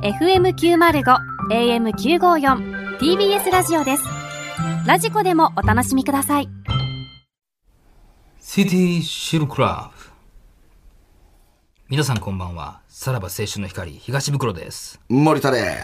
FM905 AM954 TBS ラジオです。ラジコでもお楽しみください。 シティシルクラブ。皆さんこんばんは。さらば青春の光東袋です。 森田です。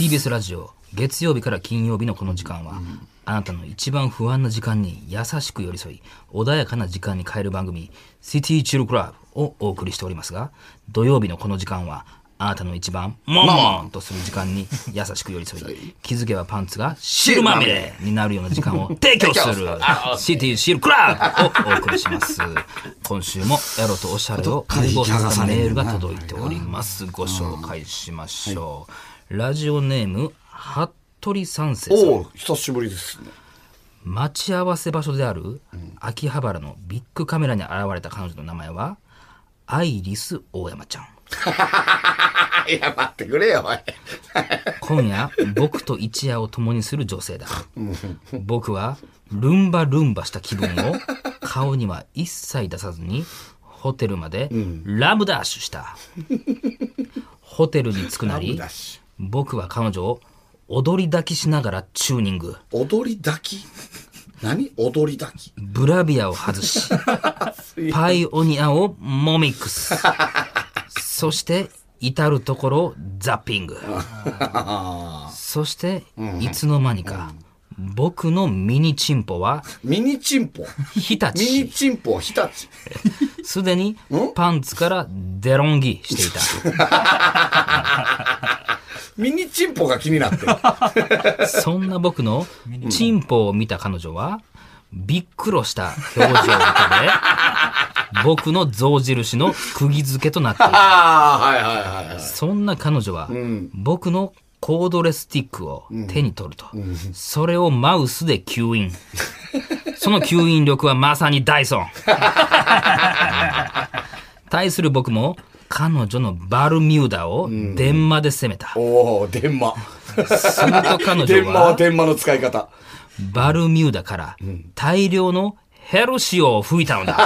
TBS ラジオ月曜日から金曜日のこの時間は、あなたの一番不安な時間に優しく寄り添い穏やかな時間に変える番組シティチルクラブをお送りしておりますが、土曜日のこの時間はあなたの一番モンモンとする時間に優しく寄り添い気づけばパンツが汁まみれになるような時間を提供するシティシルクラブをお送りします。今週もエロとおしゃれを融合させたメールが届いております。ご紹介しましょう。ラジオネーム服部三世さん。 お久しぶりですね。 待ち合わせ場所である秋葉原のビッグカメラに現れた彼女の名前はアイリス大山ちゃん。 いや待ってくれよおい。 今夜僕と一夜を共にする女性だ。僕はルンバした気分を顔には一切出さずにホテルまでラブダッシュした。ホテルに着くなり僕は彼女を踊り抱きしながらチューニング。 踊り抱き？何？踊り抱き？ ブラビアを外しパイオニアをモミックス。そして至るところザッピング。そしていつの間にか僕のミニチンポはミニチンポ日立。 ミニチンポ日立。 すでにパンツからデロンギしていた。 ミニチンポが気になってる。 そんな僕のチンポを見た彼女はびっくりした表情を浮かべ僕の象印の釘付けとなっていた。そんな彼女は僕のコードレスティックを手に取ると、それをマウスで吸引。その吸引力はまさにダイソン。対する僕も彼女のバルミューダを電マで攻めた。 おお、電マ。 すると彼女電マはは電マの使い方。 バルミューダから大量のヘルシオを吹いたのだ。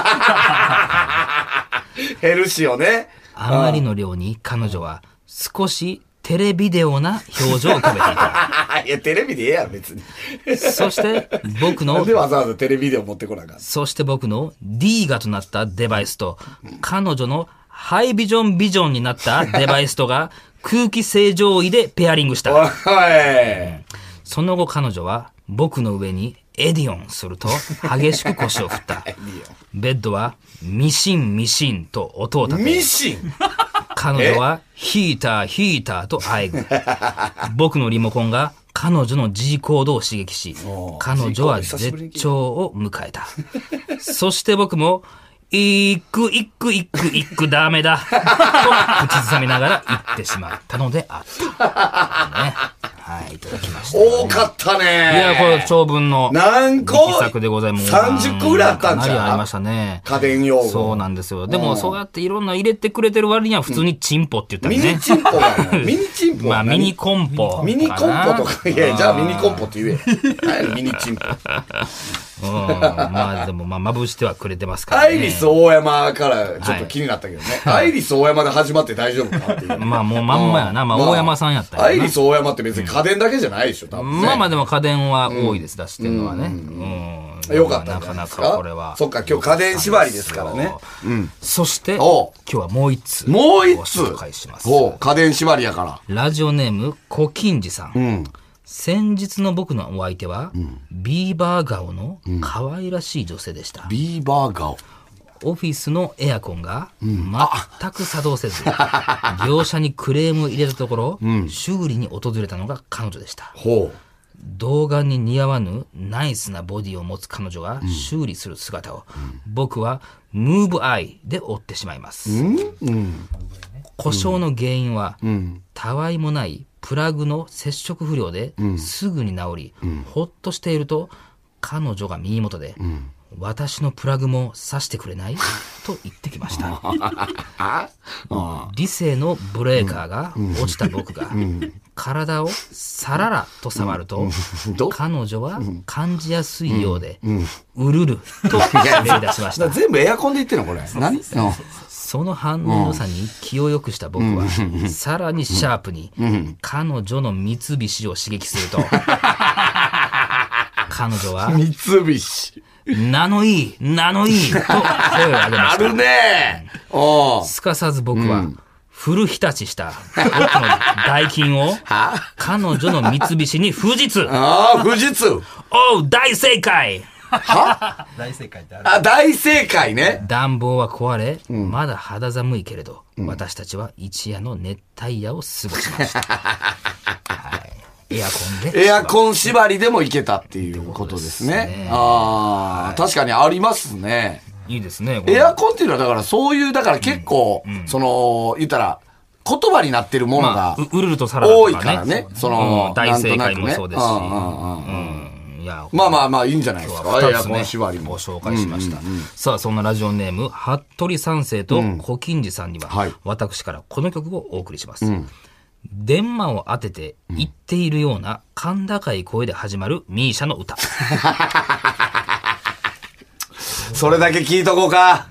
ヘルシオね。 あまりの量に彼女は少しテレビデオな表情を浮かべていた。 いや、テレビでええやん、別に。 そして僕のなんでわざわざテレビデオ持ってこなあかん。 そして僕の D ガとなったデバイスと彼女のハイビジョンになったデバイスとが空気清浄機でペアリングした。 おい。 その後彼女は僕の上にエディオンすると激しく腰を振った。ベッドはミシンと音を立てミシン彼女はヒーターと喘ぐ。僕のリモコンが彼女の G コードを刺激し彼女は絶頂を迎えた。そして僕もいくダメだと口ずさみながら言ってしまったのであった、ね、はい、いただきました、ね、 多かったね。 いや、これ長文の何個力作でございます。 30個ぐらいあったんじゃん。 かなりありましたね。 家電用具。 そうなんですよ。でもそうやっていろんな入れてくれてる割には普通にチンポって言ったらね。 ミニチンポがね。ミニチンポまあミニコンポ。 ミニコンポとか。いや、じゃあミニコンポって言え。何ミニチンポ。 まあでもまぶしてはくれてますからね。 アイリス大山からちょっと気になったけどね。アイリス大山で始まって大丈夫かなっていう。 まあもうまんまやな。まあ大山さんやったら。 アイリス大山って別に家電だけじゃないでしょ、多分。 まあまあでも家電は多いです、出してるのはね。 よかったんじゃないですか。 なかなかこれは。 そっか、今日家電縛りですからね。 そして今日はもう一つもう一つご紹介します。 家電縛りやから。 ラジオネームコキンジさん。先日の僕のお相手は、ビーバー顔の可愛らしい女性でした。 ビーバー顔。 オフィスのエアコンが全く作動せず、業者にクレームを入れたところ、修理に訪れたのが彼女でした。童顔に似合わぬナイスなボディを持つ彼女が修理する姿を、僕はムーブアイで追ってしまいます。故障の原因は、たわいもないプラグの接触不良ですぐに治り、ほっとしていると彼女が耳元で、 私のプラグも挿してくれないと言ってきました。理性のブレーカーが落ちた僕が、体をさららと触ると、彼女は感じやすいようで、うるると喋り出しました。 全部エアコンで言ってんのこれ。何？ その反応の良さに気を良くした僕は、さらにシャープに、彼女の三菱を刺激すると、彼女は、 三菱。 名のいいと声を上げました。 あるねすかさず僕は、フル日立ちした僕の代金を、彼女の三菱に富士通。 富士通。 おう、大正解。 大正解ってある。 大正解ね。 暖房は壊れ、まだ肌寒いけれど、私たちは一夜の熱帯夜を過ごしました。エアコンで。 エアコン縛りでもいけたっていうことですね。確かにありますね。 いいですね。 エアコンっていうのはだからそういう、だから結構、言ったら、言葉になってるものが、 うるるとさら多いからね。 大正解もそうですし。 まあいいんじゃないですか。エアコン縛りもご紹介しました。さあ、そんなラジオネーム、服部三世と小金治さんには、私からこの曲をお送りします。電話を当てて言っているような甲高い声で始まるミーシャの歌。 それだけ聞いとこうか。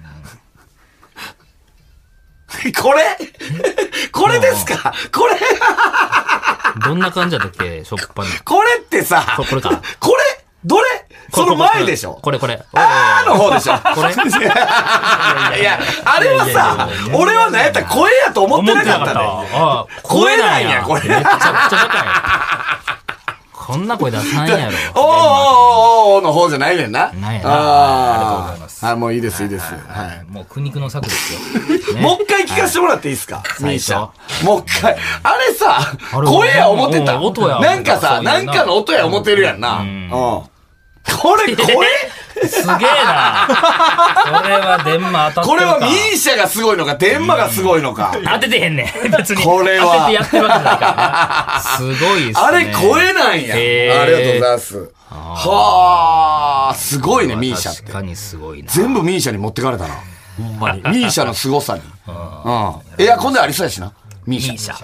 これですか？これどんな感じだったっけ？しょっぱな。 これってさ、 これか。 これどれその前でしょ？ これ。 の方でしょ？ これいや、あれはさ、俺は何やったら声やと思ってなかったね。声なんや、これ。 めちゃくちゃ高い。こんな声出さんやろ。 おーの方じゃないねんな。 ないやな。ありがとうございます。 もういいです、いいです。 もう苦肉の策ですよ。 もう一回聞かせてもらっていいですか？ミーシャ。もう一回。あれさ、声や思ってた。なんかさ、なんかの音や思ってるやんな。これすげえな。これは電話当たってるか。 これはミーシャがすごいのか、電話がすごいのか。 当ててへんねん。別に。 これは。 当ててやってるわけじゃないから。すごいっすね。 あれ声なんや。ありがとうございます。はあ、すごいね、ミーシャって。 確かにすごいな。 全部ミーシャに持ってかれたな。ほんまに。ミーシャの凄さに。エアコンでありそうやしな。ミーシャ。ミーシ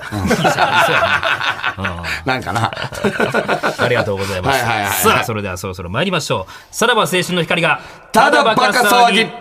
ャ。なんかな。 ありがとうございます。さあ、それではそろそろ参りましょう。さらば青春の光が、 ただバカ騒ぎ。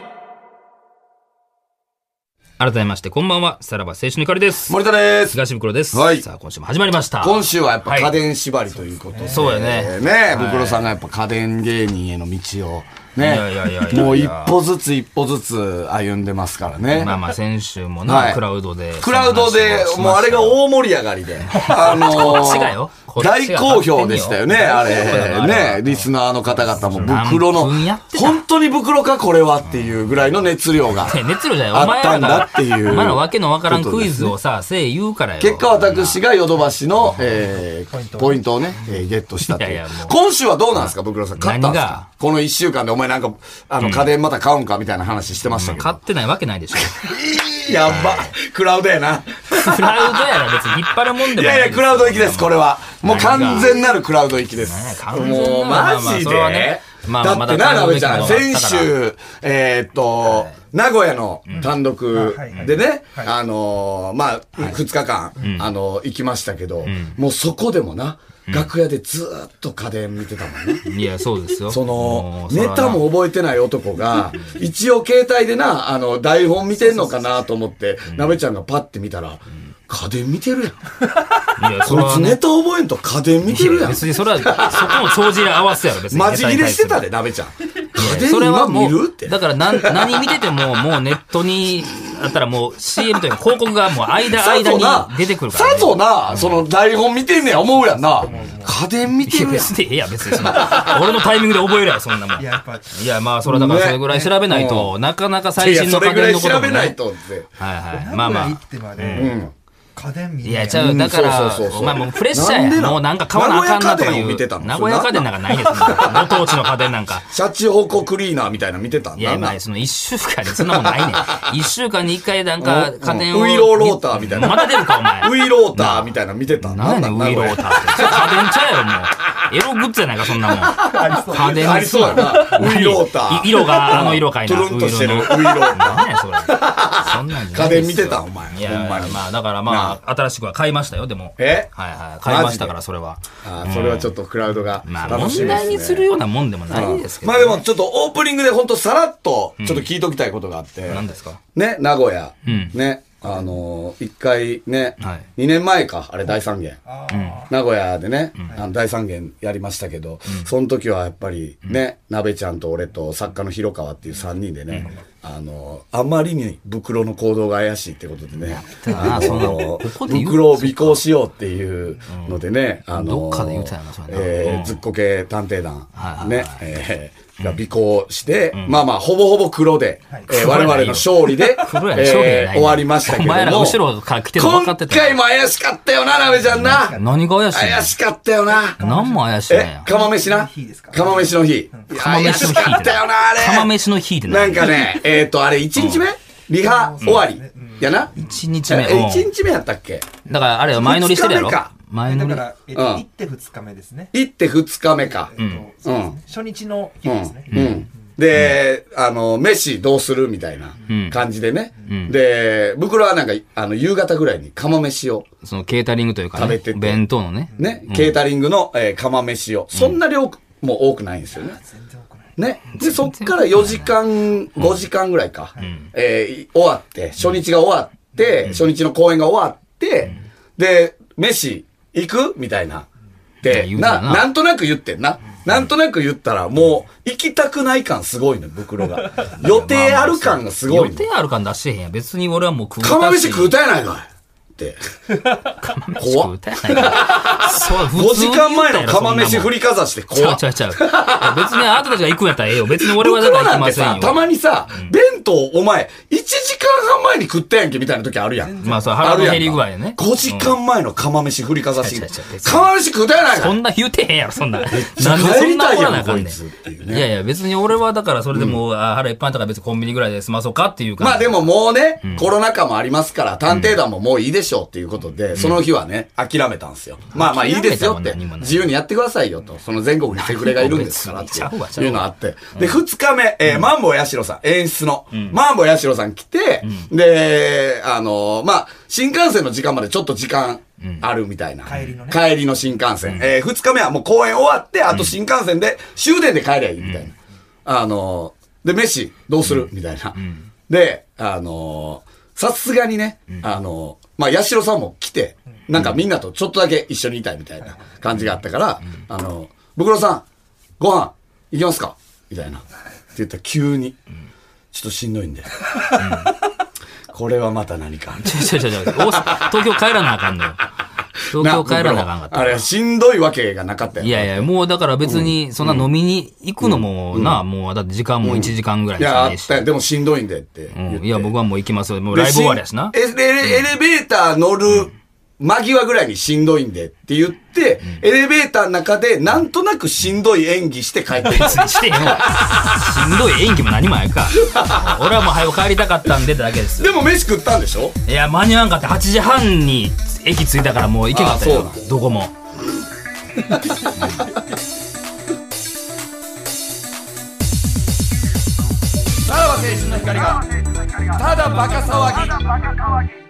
改めまして、こんばんは。さらば青春の光です。 森田です。 東袋です。 はい。 さあ、今週も始まりました。 今週はやっぱ家電縛りということで。 そうやね。 ね、袋さんがやっぱ家電芸人への道を。ね。もう一歩ずつ歩んでますからね。 まあ先週もな、クラウドで、 もうあれが大盛り上がりで。大好評でしたよね、あれ。ね、リスナーの方々も袋の、本当に袋かこれはっていうぐらいの熱量が。 熱量じゃない、 あったんだっていう。 お前らわけのわからんクイズをさ、言うからよ。 結果私がヨドバシの、ポイントをね、ゲットしたという。今週はどうなんですか、袋さん。買ったんですか？この1週間でお前なんか、家電また買うんかみたいな話してましたけど。 買ってないわけないでしょ。 やば。クラウドやな。 クラウドやな。別に引っ張るもんでもない。 いや、クラウド行きです、これは。もう完全なるクラウド行きです。もう、マジで。だってな、なべちゃん、先週、名古屋の単独でね、2日間、行きましたけど、もうそこでもな、楽屋でずーっと家電見てたもんね。 いや、そうですよ。 ネタも覚えてない男が、一応携帯でな、台本見てんのかなと思って、なべちゃんがパッて見たら、家電見てるやん。いや、こいつネタ覚えんと家電見てるやん。 別にそれは、そこも帳尻合わせやろ、別に。 マジ切れしてたで、なべちゃん。家電今見るって。 だから何見てても、もうネットに、だったらもう CM というか広告がもう間に出てくるから。 さぞな、その台本見てんねや思うやんな。家電見てるやん。 いや、別に俺のタイミングで覚えるやん、そんなもん。いや、まあ、それはだからそれぐらい調べないと、なかなか最新の家電のこともね。 それぐらい調べないとって。 はいはい。まあまあ。 家電見いや、ちゃう、だから、お前もうプレッシャーや。もうなんか買わなあかんなとかいう。名古屋家電なんかないです。ご当地の家電なんか。 シャチホコクリーナーみたいなの見てたんだ。 いや、まあ、その1週間でそんなもんないねん。1週間に1回なんか家電を。 ウイローローターみたいな。 まだ出るか、お前。 ウイローターみたいなの見てたんだ。 なんでウイローターって。それ家電ちゃうやろ、もう。 エログッズやないか、そんなもん。家電ありそうやな。ウイローター。 色が、色かいな。 トゥルンとしてるウイローター。 何や、それ。そんなんじゃ家電見てたお前。 いや、まあ、だからまあ、新しくは買いましたよ、でも。はいはい。買いましたから、それは。 それはちょっとクラウドが楽しみですね。 問題にするようなもんでもないですけど。 まあでもちょっとオープニングでほんとさらっと、ちょっと聞いときたいことがあって。 何ですか？ ね、名古屋。ね。一回ね、2年前か、あれ大三元。名古屋でね、大三元やりましたけど、その時はやっぱりね、鍋ちゃんと俺と作家の広川っていう3人でね、あまりに袋の行動が怪しいってことでね、袋を尾行しようっていうのでね、 どっかで言うたやな、それ。 ずっこけ探偵団、ね、が尾行して、まあまあ、ほぼほぼ黒で、我々の勝利で、終わりましたけども。 お前ら後ろから来てるの分かってた。 今回も怪しかったよな、なべちゃんな。 何が怪しいの？ 怪しかったよな。 何も怪しいね。 釜飯な。釜飯の日。怪しかったよな、あれ。 釜飯の日ってなんかね、あれ1日目リハ終わり。やな ?1 日目。 1日目やったっけ？ だからあれは前乗りしてるやろ？前乗り。 だから、行って2日目ですね。 行って2日目か。 初日の日ですね。 で、飯どうするみたいな感じでね。で、袋はなんか、夕方ぐらいに釜飯を。 そのケータリングというかね。 食べてて。 弁当のね。 ね、ケータリングの釜飯を。そんな量も多くないんですよね。ね。で、そっから4時間、5時間ぐらいか。終わって、初日が終わって、初日の公演が終わって、で、飯行くみたいな。で、なんとなく言ってんな。なんとなく言ったら、もう、行きたくない感すごいの、袋が。予定ある感がすごいの。 予定ある感出してへんやん。別に俺はもう食うたし。 釜飯食うたやないかい。って。 怖っ。 5時間前の釜飯振りかざして怖っ。 ちゃう。別にあなたたちが行くんやったらええよ。別に俺はだから行きませんよ。 たまにさ、弁当お前、1時間半前に食ったやんけみたいな時あるやん。 まあそう、腹の減り具合でね。 5時間前の釜飯振りかざして。釜飯食うたやないかい。 そんな言うてへんやろ、そんな。なんでそんな怒らなあかんねん。いや、別に俺はだからそれでも腹いっぱいとか別にコンビニぐらいで済まそうかっていうか。 まあでももうね、コロナ禍もありますから、探偵団ももういいでしょうっていうことで、その日はね、諦めたんですよ。まあいいですよって、自由にやってくださいよと、その全国にセフレがいるんですからっていうのあって。で、2日目、マンボウヤシロさん、演出の、マンボウヤシロさん来て、で、まあ、新幹線の時間までちょっと時間あるみたいな。帰りの新幹線。2日目はもう公演終わって、あと新幹線で終電で帰りゃいいみたいな。で、飯どうするみたいな。で、さすがにね、まあ、八代さんも来て、なんかみんなとちょっとだけ一緒にいたいみたいな感じがあったから、ブクロさん、ご飯行きますかみたいな。って言ったら急に、ちょっとしんどいんで。これはまた何か。 東京帰らなあかんのよ。東京帰らなあかんかった。 あれ、しんどいわけがなかったよ。 いや、もうだから別に、そんな飲みに行くのももう、だって時間も1時間ぐらいしかないし。 いや、でもしんどいんでって言って。 いや、僕はもう行きますよ。もうライブ終わりやしな。 エレベーター乗る間際ぐらいにしんどいんでって言って、エレベーターの中でなんとなくしんどい演技して帰って別にしてへんわ。しんどい演技も何もやか。俺はもう早く帰りたかったんでってだけです。 でも飯食ったんでしょ？ いや、間に合わんかって8時半に駅着いたからもう行けなかったよ。どこも。 さらば青春の光が、ただバカ騒ぎ。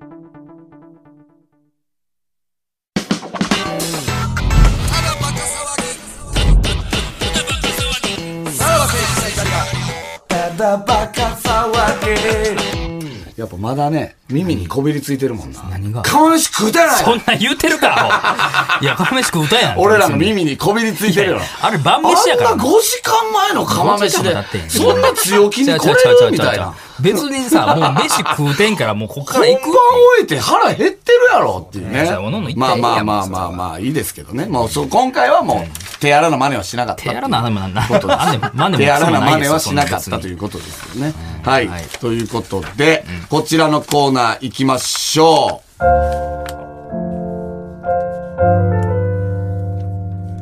やっぱまだね、耳にこびりついてるもんな。 何が？ 釜飯食うたやない。 そんな言うてるか、いや、釜飯食うたやん。 俺らの耳にこびりついてるよ。 あれ晩飯やから。 あんな5時間前の釜飯で、そんな強気に来れるみたいな。 別にさ、もう飯食うてんから、もうこっから行く。 本番終えて腹減ってるやろっていうね。まあ、いいですけどね。もう今回はもう、手荒な真似はしなかった。手荒な真似は手荒な真似はしなかったということですよね。はい。ということで、こちらのコーナー行きましょう。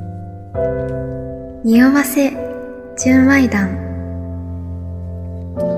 匂わせ純愛談。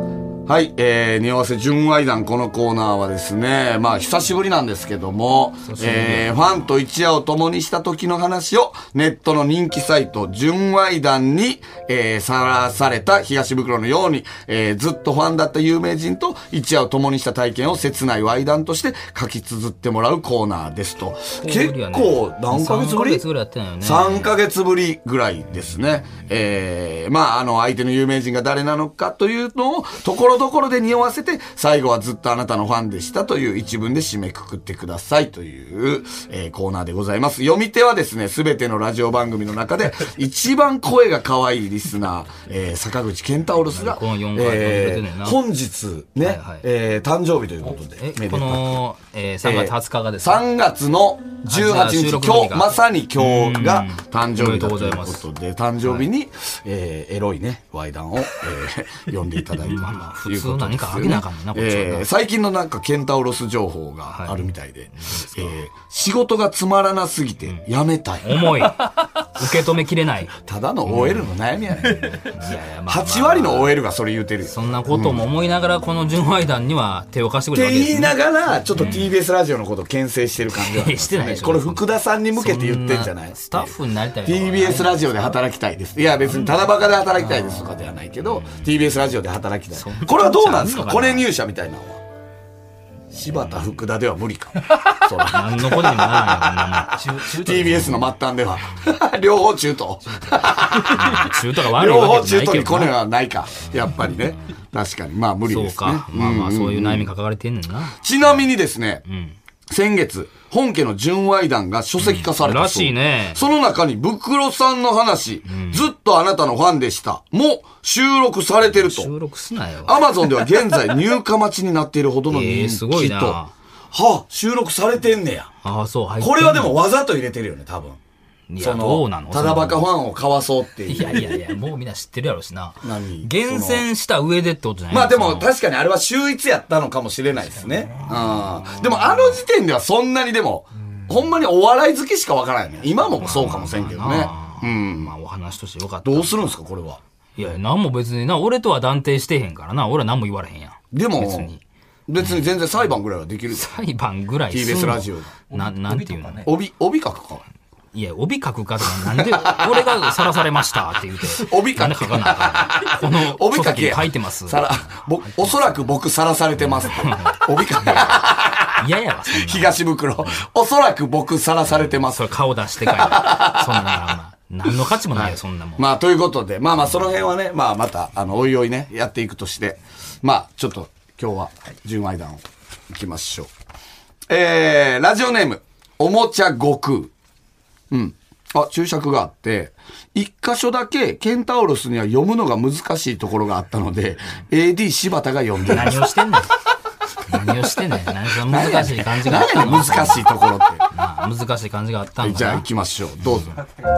はい、匂わせ純愛談、このコーナーはですね、まあ久しぶりなんですけども、ファンと一夜を共にした時の話をネットの人気サイト純愛談に、さらされた東袋のように、ずっとファンだった有名人と一夜を共にした体験を切ない愛談として書き綴ってもらうコーナーですと。結構何ヶ月ぶり？ 3ヶ月ぐらいやってないよね。 3ヶ月ぶりぐらいですね。まあ相手の有名人が誰なのかというのをところどころで匂わせて、最後はずっとあなたのファンでしたという一文で締めくくってくださいという、コーナーでございます。読み手はですね、すべてのラジオ番組の中で一番声が可愛いリスナー、坂口健太郎が、本日ね、はいはい、誕生日ということで、 この、3月20日がですね、 3月の18日、今日、まさに今日が誕生日だということで、誕生日に、エロいね、ワイダンを、読んでいただいた。 普通何かあげなあかんねんな、こっちは。 最近のなんかケンタウロス情報があるみたいで、仕事がつまらなすぎて辞めたい。 重い。受け止めきれない。 ただの OL の悩みやねん。8割の OL がそれ言うてるよ。 そんなことも思いながらこの純愛談には手を貸してくれるわけですね。 って言いながらちょっと TBS ラジオのことを牽制してる感じはありますね。してないでしょ。これ福田さんに向けて言ってんじゃない？ スタッフになりたい。 TBS ラジオで働きたいです。いや別にただバカで働きたいですとかではないけど、TBS ラジオで働きたい。これはどうなんですか？コネ入社みたいなのは。柴田福田では無理か。 何のことにもならない。 TBS の末端では。両方中途。 中途が悪いわけじゃないけど。両方中途にコネはないか。やっぱりね。確かに。まあ無理ですね。そうか。 まあまあそういう悩み書かれてんねんな。 ちなみにですね、先月、本家の純愛談が書籍化されたそう。 らしいね。 その中に、ブクロさんの話、ずっとあなたのファンでした。も収録されてると。 収録すなよ。 アマゾンでは現在入荷待ちになっているほどの人気と。 すごいな。はあ、収録されてんねや。 ああ、そう、入ってんね。 これはでもわざと入れてるよね、多分。 いや、どうなの？ ただバカファンをかわそうっていう。 いや、もうみんな知ってるやろしな。厳選した上でってことじゃない？ まあでも確かにあれは秀逸やったのかもしれないですね。でもあの時点ではそんなにでも、ほんまにお笑い好きしかわからないね。今もそうかもせんけどね。 まあお話としてよかった。 どうするんですか、これは。 いや、なんも別にな、俺とは断定してへんからな。俺は何も言われへんやん。 でも、別に全然裁判ぐらいはできる。 裁判ぐらいするの？ TBS ラジオが。なんていうの？ 帯書くか。 いや、帯書くかとか、なんで、俺がさらされましたって言うて。 帯書なんで書かなあかんの？この書籍書いてます。 おそらく僕さらされてますって。帯書け。 嫌やわ、そんな。 東袋。おそらく僕さらされてます。 それ顔出して書いて。そんな、何の価値もないよ、そんなもん。 まあ、ということで、まあその辺はね、まあまた、おいおいね、やっていくとして、まあ、ちょっと、今日は、純愛談をいきましょう。ラジオネーム、おもちゃ悟空。注釈があって、一箇所だけケンタウロスには読むのが難しいところがあったので、AD 柴田が読んでいます。 何をしてんねん。何をしてんねん。難しい感じがあったの？ 難しいところって。 難しい感じがあったんだな。 じゃあ行きましょう。どうぞ。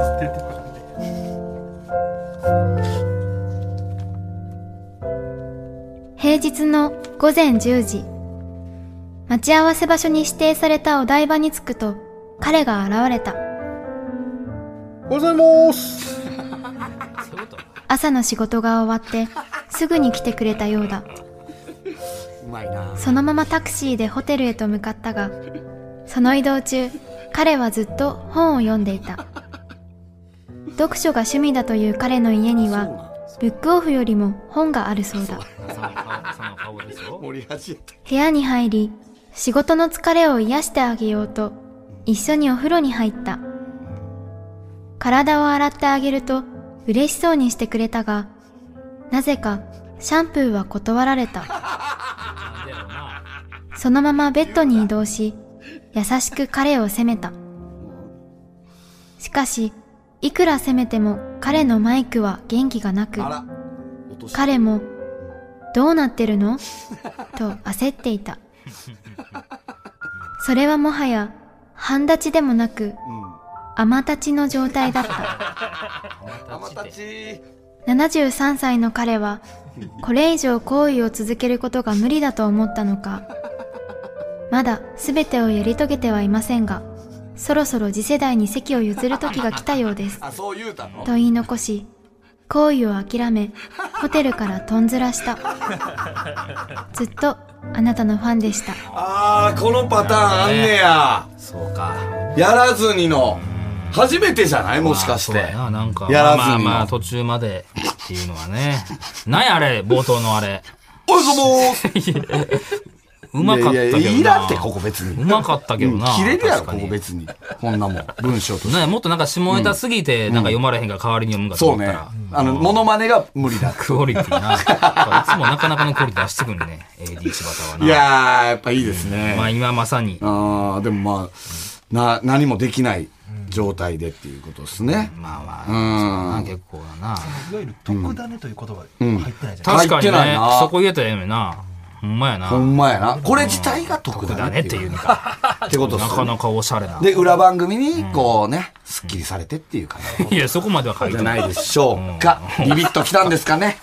平日の午前10時。待ち合わせ場所に指定されたお台場に着くと、彼が現れた。 おはようございます。 朝の仕事が終わってすぐに来てくれたようだ。そのままタクシーでホテルへと向かったが、その移動中彼はずっと本を読んでいた。読書が趣味だという彼の家にはブックオフよりも本があるそうだ。部屋に入り、仕事の疲れを癒してあげようと一緒にお風呂に入った。体を洗ってあげると嬉しそうにしてくれたが、なぜかシャンプーは断られた。そのままベッドに移動し、優しく彼を責めた。しかし、いくら責めても彼のマイクは元気がなく、彼もどうなってるのと焦っていた。それはもはや半立ちでもなく、甘立ちの状態だった。73歳の彼はこれ以上行為を続けることが無理だと思ったのか、まだ全てをやり遂げてはいませんが、そろそろ次世代に席を譲る時が来たようですと言い残し、 行為を諦め、ホテルからとんずらした。ずっとあなたのファンでした。 このパターンあんねや。 そうか。 やらずにの。初めてじゃないもしかして。 なんかやらずにの。 まあ途中までっていうのはね。何やあれ、冒頭のあれ。 おいしょもーうまかったけどな。 いらってここ別に。 うまかったけどな。 切れるやろここ別に。こんなもん文章として。 もっとなんか下ネタすぎてなんか読まれへんから代わりに読むんかと思ったら。 そうね。モノマネが無理だ。 クオリティな。いつもなかなかのクオリティ出してくるね。AD 柴田はな。 いやーやっぱいいですね。 まあ今まさに。 でもまあ何もできない状態でっていうことですね。 まあ結構だな。 いわゆる特ダネという言葉入ってないじゃないですか。確かにね。そこ入言えたらええのにな。ほんまやな。 ほんまやな。これ自体が特だねっていうのか。 ってことですね。 なかなかおしゃれな。 で、裏番組に、こうね、スッキリされてっていう感じ。 いや、そこまでは書いてないでしょうか。ビビッときたんですかね。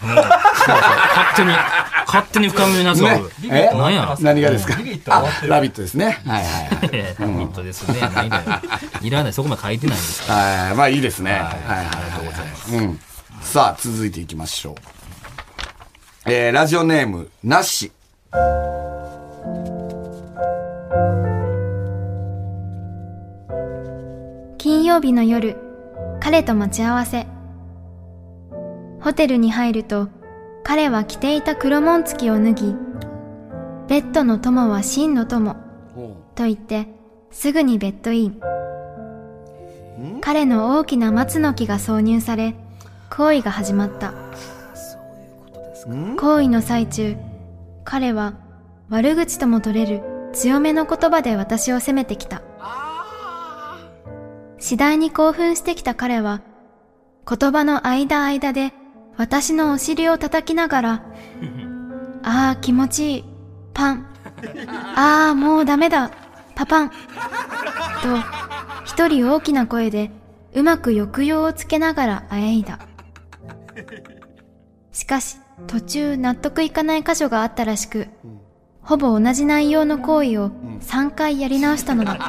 勝手に深めなさる。 何や何がですか。ラビットですね。はいはい。 ラビットですね。ないだよ。いらない。そこまで書いてないんですか。 まあいいですね。はいはい。 ありがとうございます。 さあ、続いていきましょう。ラジオネーム、なし。 金曜日の夜、彼と待ち合わせ。ホテルに入ると、彼は着ていた黒紋付きを脱ぎ、ベッドの友は真の友と言って、すぐにベッドイン。彼の大きな松の木が挿入され、行為が始まった。行為の最中、彼は悪口とも取れる強めの言葉で私を責めてきた。次第に興奮してきた彼は、言葉の間で私のお尻を叩きながら、ああ気持ちいい、パン。ああもうダメだ、パパン。と、一人大きな声でうまく抑揚をつけながらあえいだ。しかし、途中納得いかない箇所があったらしく、ほぼ同じ内容の行為を3回やり直したのだった。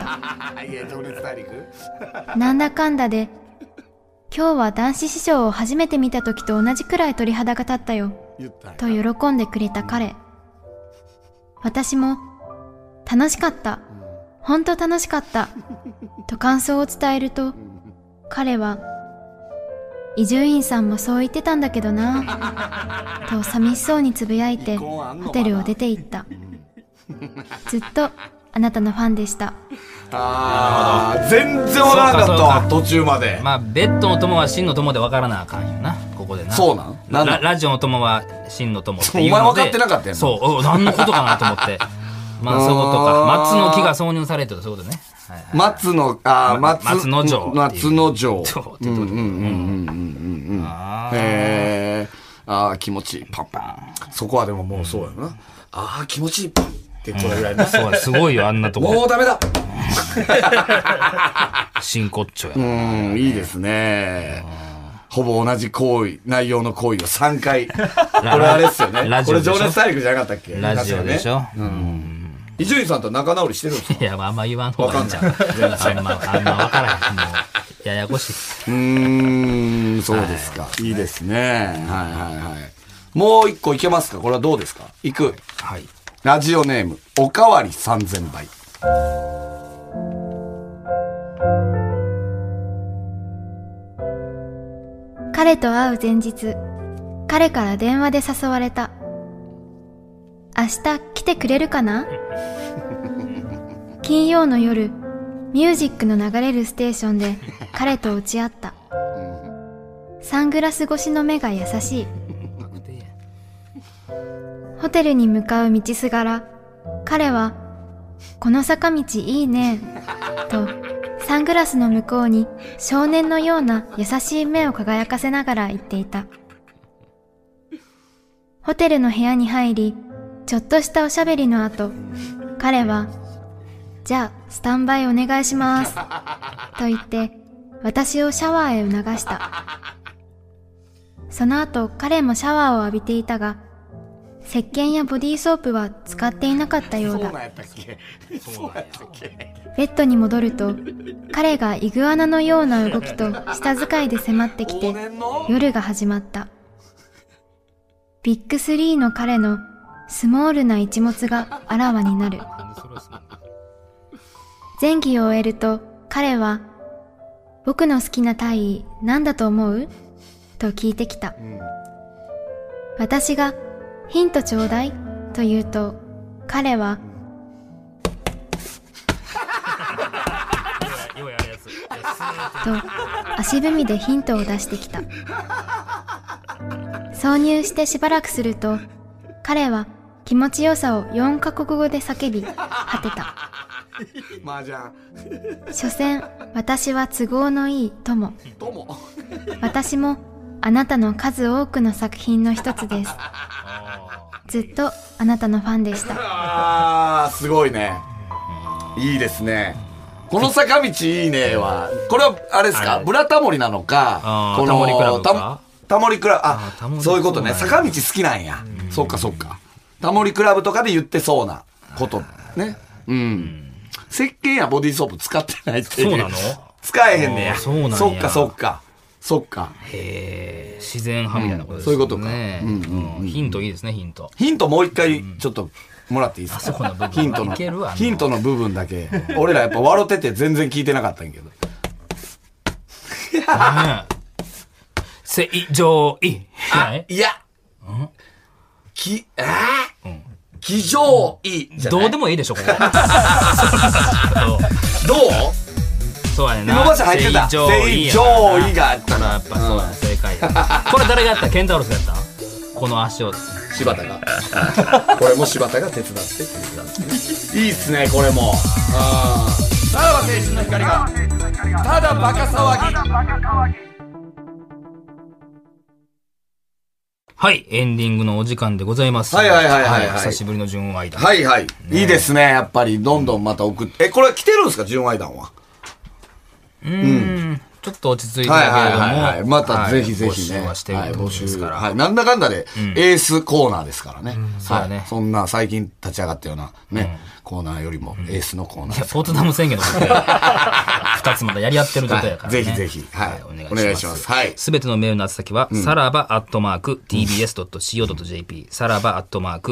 なんだかんだで、今日は男子師匠を初めて見た時と同じくらい鳥肌が立ったよ、と喜んでくれた彼。私も、楽しかった、ほんと楽しかった、と感想を伝えると、彼は、伊集院さんもそう言ってたんだけどな、と寂しそうにつぶやいてホテルを出て行った。ずっとあなたのファンでした。 全然わからなかったわ、途中まで。 まあベッドの友は真の友でわからなあかんよな、ここでな。 そうなん？ ラジオの友は真の友っていうので。 お前分かってなかったやん。 そう、何のことかなと思って。まあそういうことか。松の木が挿入されてるそういうことね。 松の城。松の城。気持ちいい、パンパン。そこはでももうそうやな。気持ちいい、パンってこれぐらいね。 そう、すごいよ、あんなとこ。 もうダメだ真骨頂や。 いいですね。ほぼ同じ内容の行為を3回。これあれっすよね。これ情熱大陸じゃなかったっけ？ ラジオでしょ。 伊集院さんと仲直りしてるんですか？ いや、あんま言わん方がいいんちゃう。あんま分からへん。もう、ややこしい。 そうですか。いいですね。もう一個いけますか？これはどうですか？いく。 はい。 ラジオネーム、おかわり3000倍。 彼と会う前日、彼から電話で誘われた。明日来てくれるかな？金曜の夜、ミュージックの流れるステーションで彼と打ち合った。サングラス越しの目が優しい。ホテルに向かう道すがら、彼は、この坂道いいね、と、サングラスの向こうに少年のような優しい目を輝かせながら言っていた。ホテルの部屋に入り、ちょっとしたおしゃべりの後、彼は、じゃあスタンバイお願いします、と言って、私をシャワーへ促した。その後彼もシャワーを浴びていたが、石鹸やボディーソープは使っていなかったようだ。ベッドに戻ると、 彼がイグアナのような動きと舌使いで迫ってきて、夜が始まった。ビッグ3の彼のスモールな一物があらわになる。前儀を終えると彼は、僕の好きな体位何だと思う？と聞いてきた。私がヒントちょうだいと言うと、彼はと足踏みでヒントを出してきた。挿入してしばらくすると、彼は気持ちよさを4カ国語で叫び果てた。所詮私は都合のいい友。私もあなたの数多くの作品の一つです。ずっとあなたのファンでした。 あー、すごいね。いいですね。この坂道いいねは、これはあれですか、ブラタモリなのか、このタモリクラブか、 タモリクラブ、そういうことね。坂道好きなんや。そっかそっか。タモリクラブとかで言ってそうなことね。うん。石鹸やボディーソープ使ってないっていう。 そうなの？ 使えへんねや。 そうなんや。 そっかそっか。そっか。 へえ、自然派みたいなことですね。 そういうことか。 ヒントいいですね、ヒント。 ヒントもう一回ちょっともらっていいですか？ヒントの部分だけ。俺らやっぱ笑ってて全然聞いてなかったんやけど。 正常位。 いや。騎乗位。 どうでもいいでしょ、ここ。 どう？ そうやねんな。 伸ばし入ってた。正常位があったな。 やっぱそうやね、正解や。これ誰がやった？ケンタウロスやった？この足を。 柴田が。これも柴田が手伝っていいっすね、これも。さらば青春の光がただバカ騒ぎ。 はい、エンディングのお時間でございます。 はい。 久しぶりの純愛談。 はい。いいですね、やっぱりどんどんまた送って。これ来てるんですか、純愛談は。 ちょっと落ち着いてたけれども、 またぜひぜひね、 募集はしてるとですから、 なんだかんだでエースコーナーですからね。 そうだね。 そんな最近立ち上がったようなね、コーナーよりもエースのコーナー。 いや、ポートダム宣言のことで2つまだやり合ってる状態やからね。 ぜひ、お願いします。 すべてのメールの宛先は、さらば@tbs.co.jp、さらば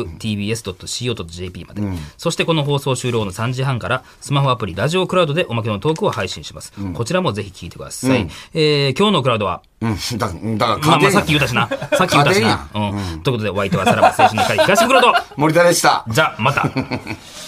@tbs.co.jp まで。そしてこの放送終了の3時半から、スマホアプリラジオクラウドでおまけのトークを配信します。こちらもぜひ聞いてください。今日のクラウドは、 だからさっき言ったしな。ということで、お相手はさらば青春の光東袋と森田でした。 じゃあ、また。